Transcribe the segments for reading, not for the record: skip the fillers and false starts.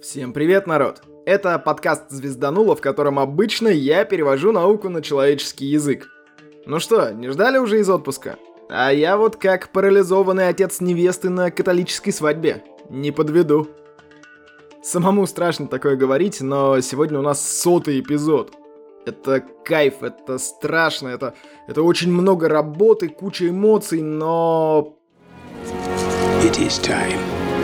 Всем привет, народ! Это подкаст «Звездануло», в котором обычно я перевожу науку на человеческий язык. Ну что, не ждали уже из отпуска? А я вот как парализованный отец невесты на католической свадьбе. Не подведу. Самому страшно такое говорить, но сегодня у нас 100-й эпизод. Это кайф, это страшно, это очень много работы, куча эмоций, но... It is time.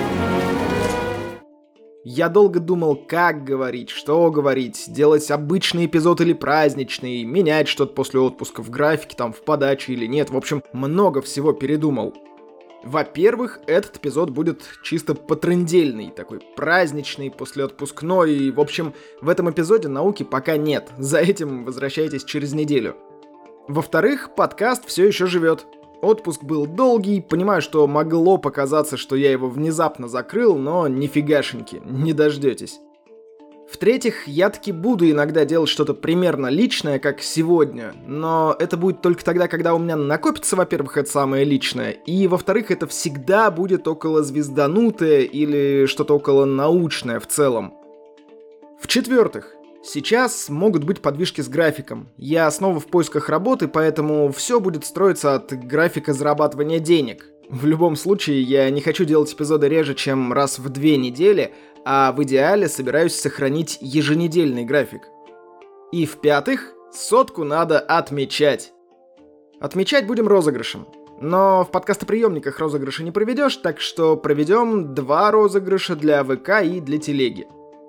Я долго думал, как говорить, что говорить, делать обычный эпизод или праздничный, менять что-то после отпуска в графике, там, в подаче или нет. В общем, много всего передумал. Во-первых, этот эпизод будет чисто потрындельный, такой праздничный, послеотпускной, и, в общем, в этом эпизоде науки пока нет. За этим возвращайтесь через неделю. Во-вторых, подкаст все еще живет. Отпуск был долгий, понимаю, что могло показаться, что я его внезапно закрыл, но нифигашеньки, не дождетесь. В-третьих, я таки буду иногда делать что-то примерно личное, как сегодня, но это будет только тогда, когда у меня накопится, во-первых, это самое личное, и, во-вторых, это всегда будет около звезданутое или что-то около научное в целом. В-четвертых, сейчас могут быть подвижки с графиком. Я снова в поисках работы, поэтому все будет строиться от графика зарабатывания денег. В любом случае, я не хочу делать эпизоды реже, чем раз в 2 недели, а в идеале собираюсь сохранить еженедельный график. И в-пятых, 100-ку надо отмечать. Отмечать будем розыгрышем. Но в подкастоприемниках розыгрыши не проведешь, так что проведем 2 розыгрыша для ВК и для телеги.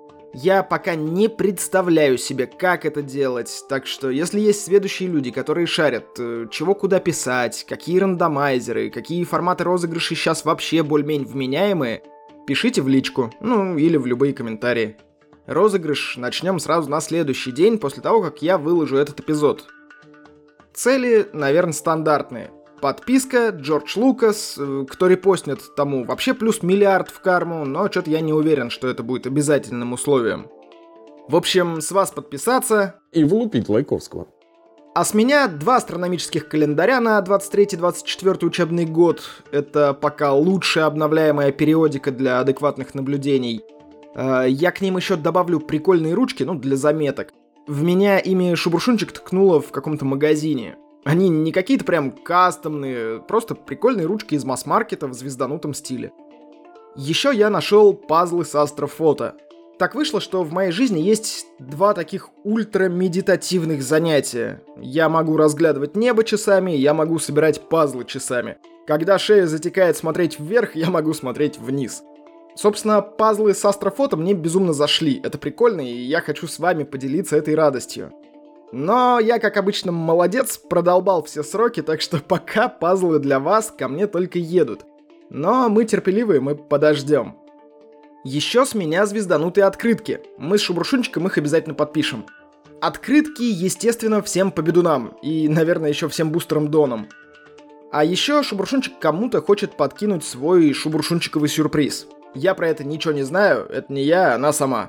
Я пока не представляю себе, как это делать, так что если есть следующие люди, которые шарят, чего куда писать, какие рандомайзеры, какие форматы розыгрышей сейчас вообще более-менее вменяемые, пишите в личку, или в любые комментарии. Розыгрыш начнем сразу на следующий день, после того, как я выложу этот эпизод. Цели, наверное, стандартные. Подписка, Джордж Лукас, кто репостнет, тому вообще плюс миллиард в карму, но что-то я не уверен, что это будет обязательным условием. В общем, с вас подписаться. И влупить Лайковского. А с меня 2 астрономических календаря на 23-24 учебный год. Это пока лучшая обновляемая периодика для адекватных наблюдений. Я к ним еще добавлю прикольные ручки, для заметок. В меня ими Шубуршунчик ткнуло в каком-то магазине. Они не какие-то прям кастомные, просто прикольные ручки из масс-маркета в звезданутом стиле. Еще я нашел пазлы с астрофото. Так вышло, что в моей жизни есть 2 таких ультра-медитативных занятия. Я могу разглядывать небо часами, я могу собирать пазлы часами. Когда шея затекает смотреть вверх, я могу смотреть вниз. Собственно, пазлы с астрофото мне безумно зашли. Это прикольно, и я хочу с вами поделиться этой радостью. Но я, как обычно, молодец, продолбал все сроки, так что пока пазлы для вас ко мне только едут. Но мы терпеливые, мы подождем. Еще с меня звезданутые открытки. Мы с Шубуршунчиком их обязательно подпишем. Открытки, естественно, всем победунам. И, наверное, еще всем бустерам-донам. А еще Шубуршунчик кому-то хочет подкинуть свой шубуршунчиковый сюрприз. Я про это ничего не знаю, это не я, она сама.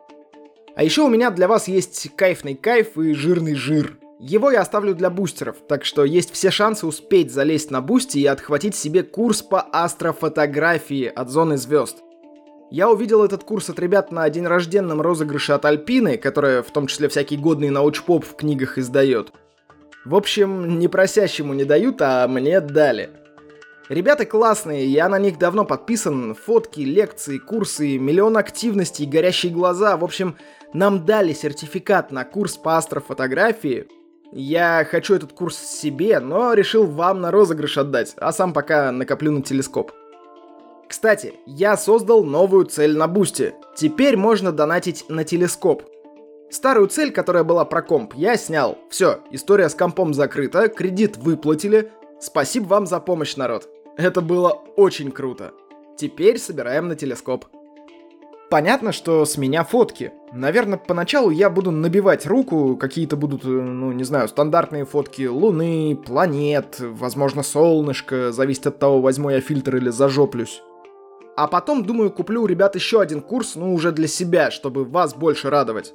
А еще у меня для вас есть кайфный кайф и жирный жир. Его я оставлю для бустеров, так что есть все шансы успеть залезть на бусти и отхватить себе курс по астрофотографии от Зоны Звезд. Я увидел этот курс от ребят на день рожденном розыгрыше от Альпины, которая в том числе всякий годный научпоп в книгах издает. В общем, не просящему не дают, а мне дали. Ребята классные, я на них давно подписан, фотки, лекции, курсы, миллион активностей, горящие глаза, в общем, нам дали сертификат на курс по астрофотографии. Я хочу этот курс себе, но решил вам на розыгрыш отдать, а сам пока накоплю на телескоп. Кстати, я создал новую цель на бусте. Теперь можно донатить на телескоп. Старую цель, которая была про комп, я снял. Все, история с компом закрыта, кредит выплатили. Спасибо вам за помощь, народ. Это было очень круто. Теперь собираем на телескоп. Понятно, что с меня фотки. Наверное, поначалу я буду набивать руку, какие-то будут, стандартные фотки Луны, планет, возможно, солнышко, зависит от того, возьму я фильтр или зажоплюсь. А потом, думаю, куплю у ребят еще один курс, уже для себя, чтобы вас больше радовать.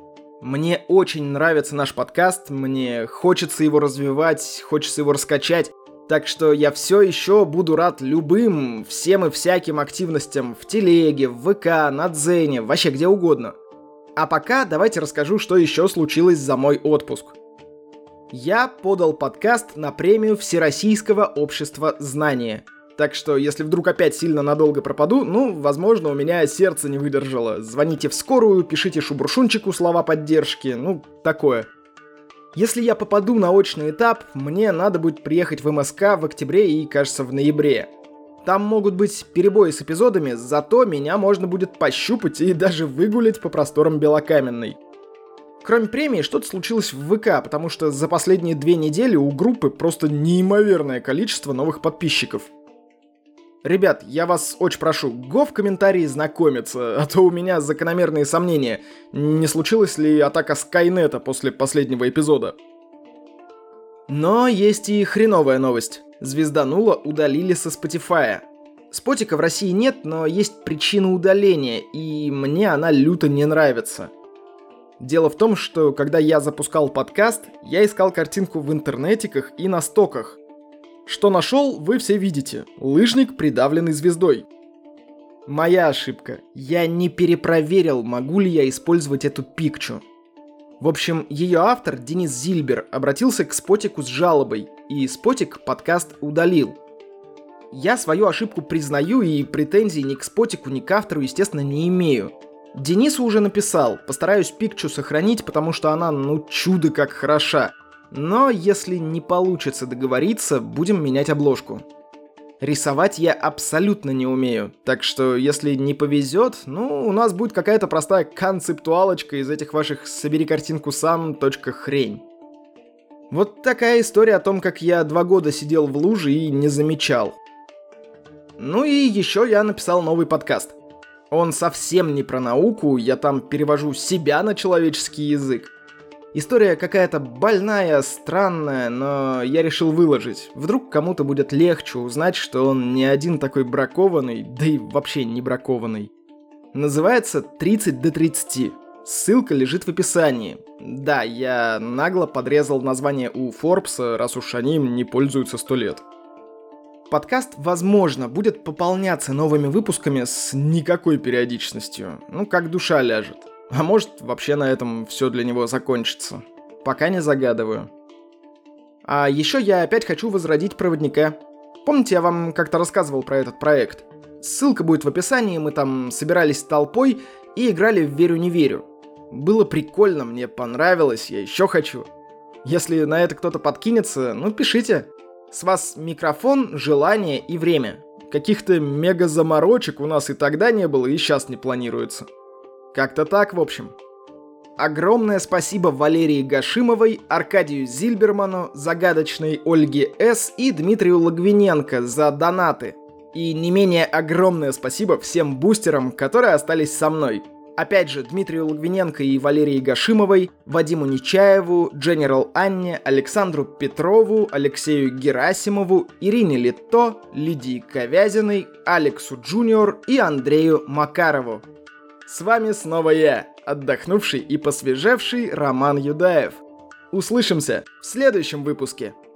Мне очень нравится наш подкаст, мне хочется его развивать, хочется его раскачать. Так что я все еще буду рад любым, всем и всяким активностям в телеге, в ВК, на Дзене, вообще где угодно. А пока давайте расскажу, что еще случилось за мой отпуск. Я подал подкаст на премию Всероссийского общества знания. Так что, если вдруг опять сильно надолго пропаду, возможно, у меня сердце не выдержало. Звоните в скорую, пишите Шубуршунчику слова поддержки, такое. Если я попаду на очный этап, мне надо будет приехать в МСК в октябре и, кажется, в ноябре. Там могут быть перебои с эпизодами, зато меня можно будет пощупать и даже выгулять по просторам Белокаменной. Кроме премии, что-то случилось в ВК, потому что за последние 2 недели у группы просто неимоверное количество новых подписчиков. Ребят, я вас очень прошу, в комментарии знакомиться, а то у меня закономерные сомнения, не случилась ли атака Скайнета после последнего эпизода. Но есть и хреновая новость. Звезданула удалили со Spotify. Спотика в России нет, но есть причина удаления, и мне она люто не нравится. Дело в том, что когда я запускал подкаст, я искал картинку в интернетиках и на стоках. Что нашел, вы все видите. Лыжник, придавленный звездой. Моя ошибка. Я не перепроверил, могу ли я использовать эту пикчу. В общем, ее автор, Денис Зильбер, обратился к Спотику с жалобой, и Спотик подкаст удалил. Я свою ошибку признаю и претензий ни к Спотику, ни к автору, естественно, не имею. Денису уже написал, постараюсь пикчу сохранить, потому что она, чудо как хороша. Но если не получится договориться, будем менять обложку. Рисовать я абсолютно не умею, так что если не повезет, у нас будет какая-то простая концептуалочка из этих ваших «собери картинку сам. Хрень». Вот такая история о том, как я 2 года сидел в луже и не замечал. И еще я написал новый подкаст. Он совсем не про науку, я там перевожу себя на человеческий язык. История какая-то больная, странная, но я решил выложить. Вдруг кому-то будет легче узнать, что он не один такой бракованный, да и вообще не бракованный. Называется «30 до 30». Ссылка лежит в описании. Да, я нагло подрезал название у Forbes, раз уж они им не пользуются 100 лет. Подкаст, возможно, будет пополняться новыми выпусками с никакой периодичностью. Как душа ляжет. А может, вообще на этом все для него закончится. Пока не загадываю. А еще я опять хочу возродить проводника. Помните, я вам как-то рассказывал про этот проект? Ссылка будет в описании, мы там собирались толпой и играли в «Верю-не верю». Было прикольно, мне понравилось, я еще хочу. Если на это кто-то подкинется, пишите. С вас микрофон, желание и время. Каких-то мега-заморочек у нас и тогда не было, и сейчас не планируется. Как-то так, в общем. Огромное спасибо Валерии Гашимовой, Аркадию Зильберману, загадочной Ольге С. и Дмитрию Логвиненко за донаты. И не менее огромное спасибо всем бустерам, которые остались со мной. Опять же, Дмитрию Логвиненко и Валерии Гашимовой, Вадиму Нечаеву, General Анне, Александру Петрову, Алексею Герасимову, Ирине Литто, Лидии Ковязиной, Алексу Джуниор и Андрею Макарову. С вами снова я, отдохнувший и посвежевший Роман Юдаев. Услышимся в следующем выпуске.